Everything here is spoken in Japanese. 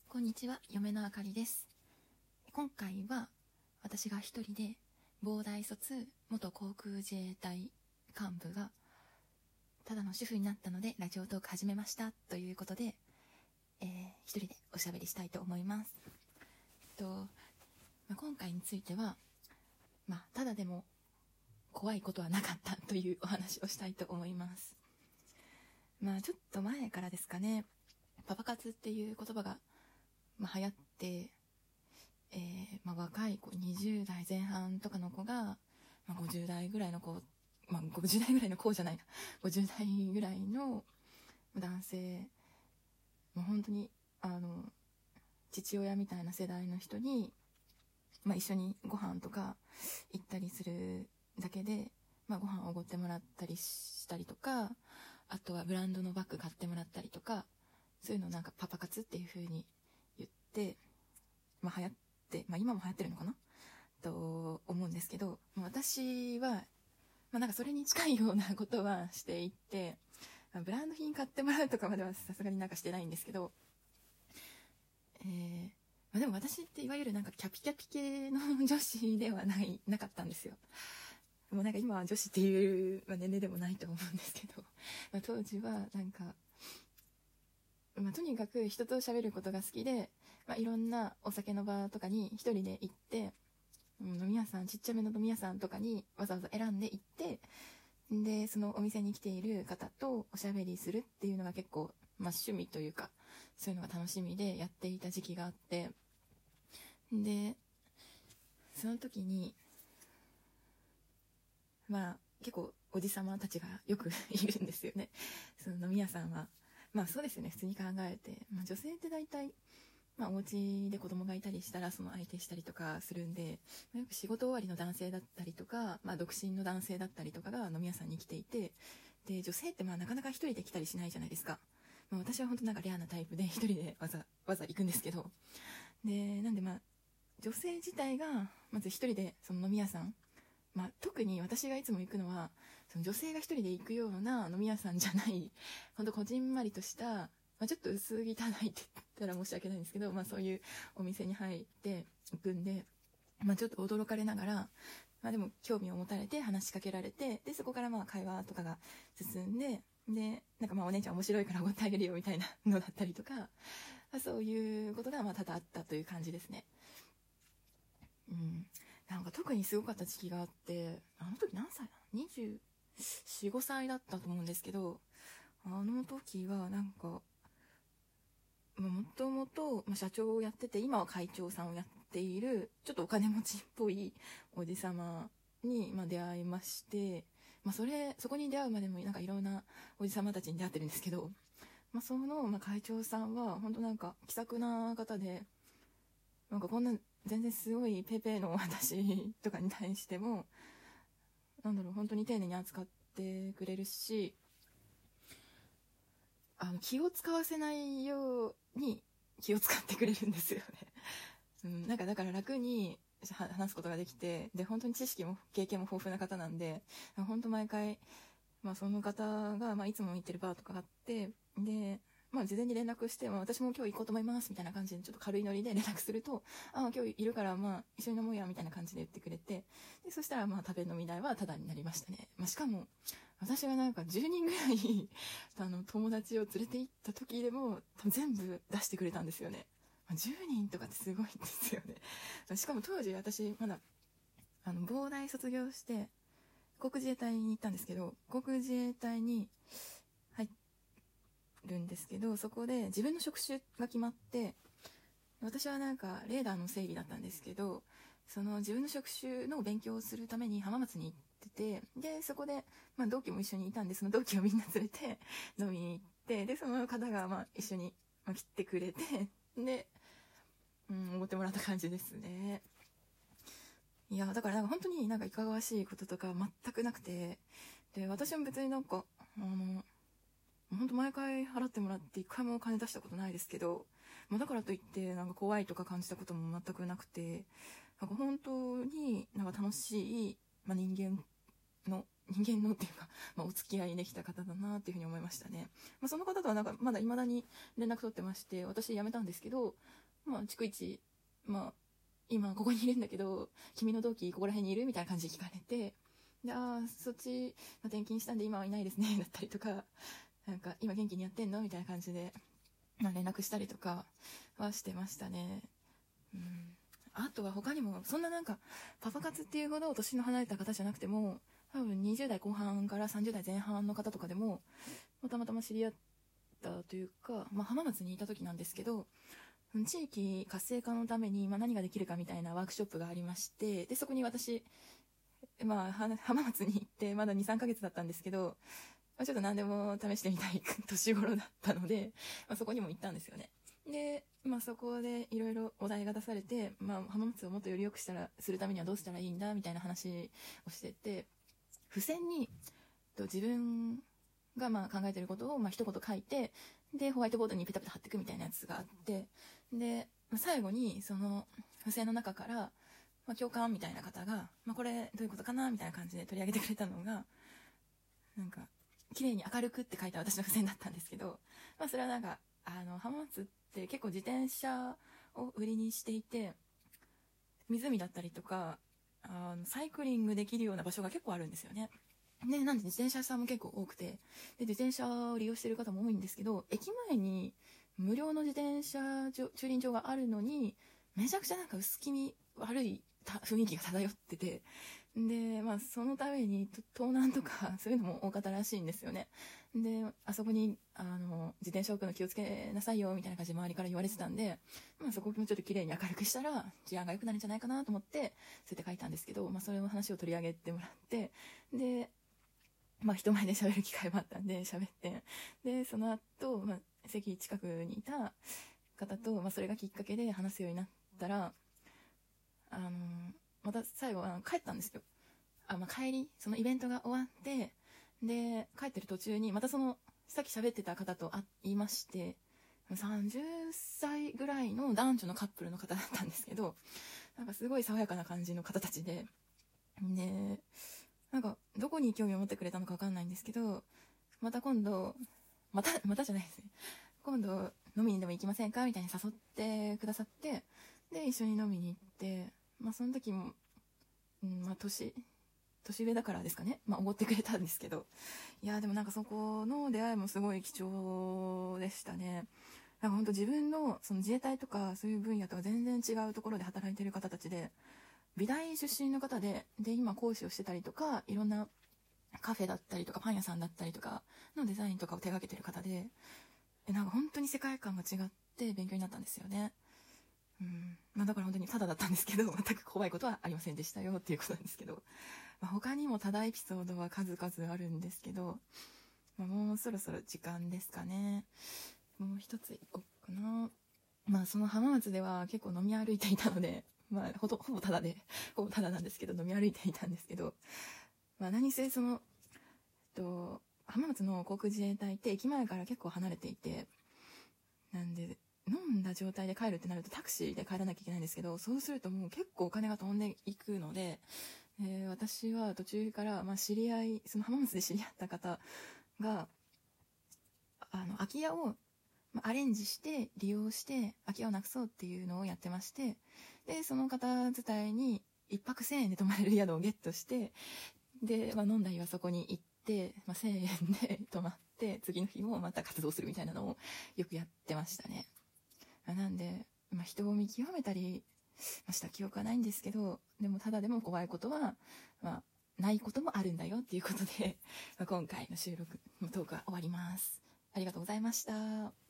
こんにちは、嫁のあかりです。今回は私が一人で防大卒元航空自衛隊幹部がただの主婦になったのでラジオトーク始めましたということで、一人でおしゃべりしたいと思います。今回については、ただでも怖いことはなかったというお話をしたいと思います。ちょっと前からですかね、パパ活っていう言葉が流行って、若い子20代前半とかの子が、50代ぐらいの子、50代ぐらいの子じゃないな50代ぐらいの男性、本当に父親みたいな世代の人に、一緒にご飯とか行ったりするだけで、ご飯をおごってもらったりしたりとか、あとはブランドのバッグ買ってもらったりとか、そういうのをなんかパパ活っていう風に言って、流行って、今も流行ってるのかなと思うんですけど、私は、なんかそれに近いようなことはしていて、ブランド品買ってもらうとかまではさすがになんかしてないんですけど、でも私っていわゆるなんかキャピキャピ系の女子ではなかったんですよ。もうなんか今は女子っていう、年齢でもないと思うんですけど、当時はなんか、とにかく人と喋ることが好きで、いろんなお酒の場とかに一人で行って、飲み屋さん、ちっちゃめの飲み屋さんとかにわざわざ選んで行って、でそのお店に来ている方とおしゃべりするっていうのが結構、趣味というかそういうのが楽しみでやっていた時期があって、でその時に結構おじさまたちがよくいるんですよね。その飲み屋さんはそうですよね、普通に考えて、女性って大体お家で子供がいたりしたらその相手したりとかするんで、よく仕事終わりの男性だったりとか、独身の男性だったりとかが飲み屋さんに来ていて、で女性ってなかなか一人で来たりしないじゃないですか。私は本当なんかレアなタイプで一人でわざ行くんですけど、でなんで女性自体がまず一人でその飲み屋さん、特に私がいつも行くのはその女性が一人で行くような飲み屋さんじゃない、本当こじんまりとした、ちょっと薄汚いって言ったら申し訳ないんですけど、そういうお店に入って行くんで、ちょっと驚かれながら、でも興味を持たれて話しかけられて、でそこから会話とかが進んで、でなんかお姉ちゃん面白いからおごってあげるよみたいなのだったりとか、そういうことが多々あったという感じですね。なんか特にすごかった時期があって、あの時何歳だ、24、5歳だったと思うんですけど、あの時はなんかもともと社長をやってて、今は会長さんをやっているちょっとお金持ちっぽいおじさまに出会いまして、そこに出会うまでもなんかいろんなおじさまたちに出会ってるんですけど、その会長さんは本当なんか気さくな方で、なんかこんな全然すごいペペの私とかに対しても本当に丁寧に扱ってくれるし、気を使わせないように気を使ってくれるんですよね。なんかだから楽に話すことができて、で本当に知識も経験も豊富な方なんで、本当毎回、その方が、いつも行ってるバーとかがあって、で事前に連絡して、私も今日行こうと思いますみたいな感じでちょっと軽いノリで連絡すると、今日いるから一緒に飲もうやみたいな感じで言ってくれて、でそしたら食べ飲み代はタダになりましたね。しかも私がなんか10人ぐらい友達を連れて行った時でも全部出してくれたんですよね。10人とかってすごいんですよね。しかも当時私まだ防大卒業して航空自衛隊に行ったんですけど、航空自衛隊に入るんですけど、そこで自分の職種が決まって、私はなんかレーダーの整備だったんですけど、その自分の職種の勉強をするために浜松に行ってて、でそこで、同期も一緒にいたんで、その同期をみんな連れて飲みに行って、でその方が一緒に来てくれて、でおごってもらった感じですね。いやだからなんか本当になんかいかがわしいこととか全くなくて、で私も別になんか本当毎回払ってもらって一回も金出したことないですけど、だからといってなんか怖いとか感じたことも全くなくて、なんか本当になんか楽しい、人間の人間のっていうか、お付き合いできた方だなっていうふうに思いましたね。その方とはなんかまだ未だに連絡取ってまして、私辞めたんですけど、逐一、今ここにいるんだけど、君の同期ここら辺にいるみたいな感じで聞かれて、で、そっち、転勤したんで今はいないですね、だったりとか、なんか今元気にやってんのみたいな感じで、連絡したりとかはしてましたね。あとは他にも、そんななんか、パパ活っていうほど年の離れた方じゃなくても、多分20代後半から30代前半の方とかでも、たまたま知り合ったというか、浜松にいた時なんですけど、地域活性化のために、何ができるかみたいなワークショップがありまして、で、そこに私、浜松に行ってまだ2、3ヶ月だったんですけど、ちょっと何でも試してみたい年頃だったので、そこにも行ったんですよね。で、そこでいろいろお題が出されて、浜松をもっとより良くするためにはどうしたらいいんだみたいな話をしてて、付箋に自分が考えてることを一言書いて、でホワイトボードにペタペタ貼っていくみたいなやつがあって、で最後にその付箋の中から、共感みたいな方が、これどういうことかなみたいな感じで取り上げてくれたのが、なんか綺麗に明るくって書いた私の付箋だったんですけど、それはなんか浜松って結構自転車を売りにしていて、湖だったりとかサイクリングできるような場所が結構あるんですよね。で、なんで自転車屋さんも結構多くて、で自転車を利用している方も多いんですけど、駅前に無料の自転車駐輪場があるのに、めちゃくちゃなんか薄気味悪い雰囲気が漂ってて、で、そのために盗難とかそういうのも多かったらしいんですよね。で、あそこに自転車置くの気をつけなさいよみたいな感じで周りから言われてたんで、そこをちょっと綺麗に明るくしたら治安が良くなるんじゃないかなと思ってそうやって書いたんですけど、それの話を取り上げてもらって、で人前で喋る機会もあったんで喋って、でその後、席近くにいた方と、それがきっかけで話すようになったら、また最後帰ったんですよ。帰り、そのイベントが終わって、で帰ってる途中にまたそのさっき喋ってた方と会いまして、30歳ぐらいの男女のカップルの方だったんですけど、なんかすごい爽やかな感じの方たちで、なんかどこに興味を持ってくれたのか分かんないんですけど、またじゃないですね、今度飲みにでも行きませんかみたいに誘ってくださって、で一緒に飲みに行って、その時も、年上だからですかね、おごってくれたんですけど、いやでもなんかそこの出会いもすごい貴重でしたね。なんか本当自分のその自衛隊とかそういう分野とは全然違うところで働いてる方たちで、美大出身の方で今講師をしてたりとか、いろんなカフェだったりとかパン屋さんだったりとかのデザインとかを手掛けてる方で、なんか本当に世界観が違って勉強になったんですよね。だから本当にタダだったんですけど、全く怖いことはありませんでしたよっていうことなんですけど、他にもタダエピソードは数々あるんですけど、もうそろそろ時間ですかね。もう一ついこうかな。その浜松では結構飲み歩いていたので、ほぼタダなんですけど、飲み歩いていたんですけど、何せその浜松の航空自衛隊って駅前から結構離れていて、なんで飲んだ状態で帰るってなるとタクシーで帰らなきゃいけないんですけど、そうするともう結構お金が飛んでいくので、私は途中からその浜松で知り合った方が空き家をアレンジして利用して空き家をなくそうっていうのをやってまして、でその方伝いに1泊1000円で泊まれる宿をゲットして、で、飲んだ日はそこに行って、1000円で泊まって次の日もまた活動するみたいなのをよくやってましたね。なんで、人を見極めたりした記憶はないんですけど、でもただでも怖いことは、ないこともあるんだよっていうことで、今回の収録のトークは終わります。ありがとうございました。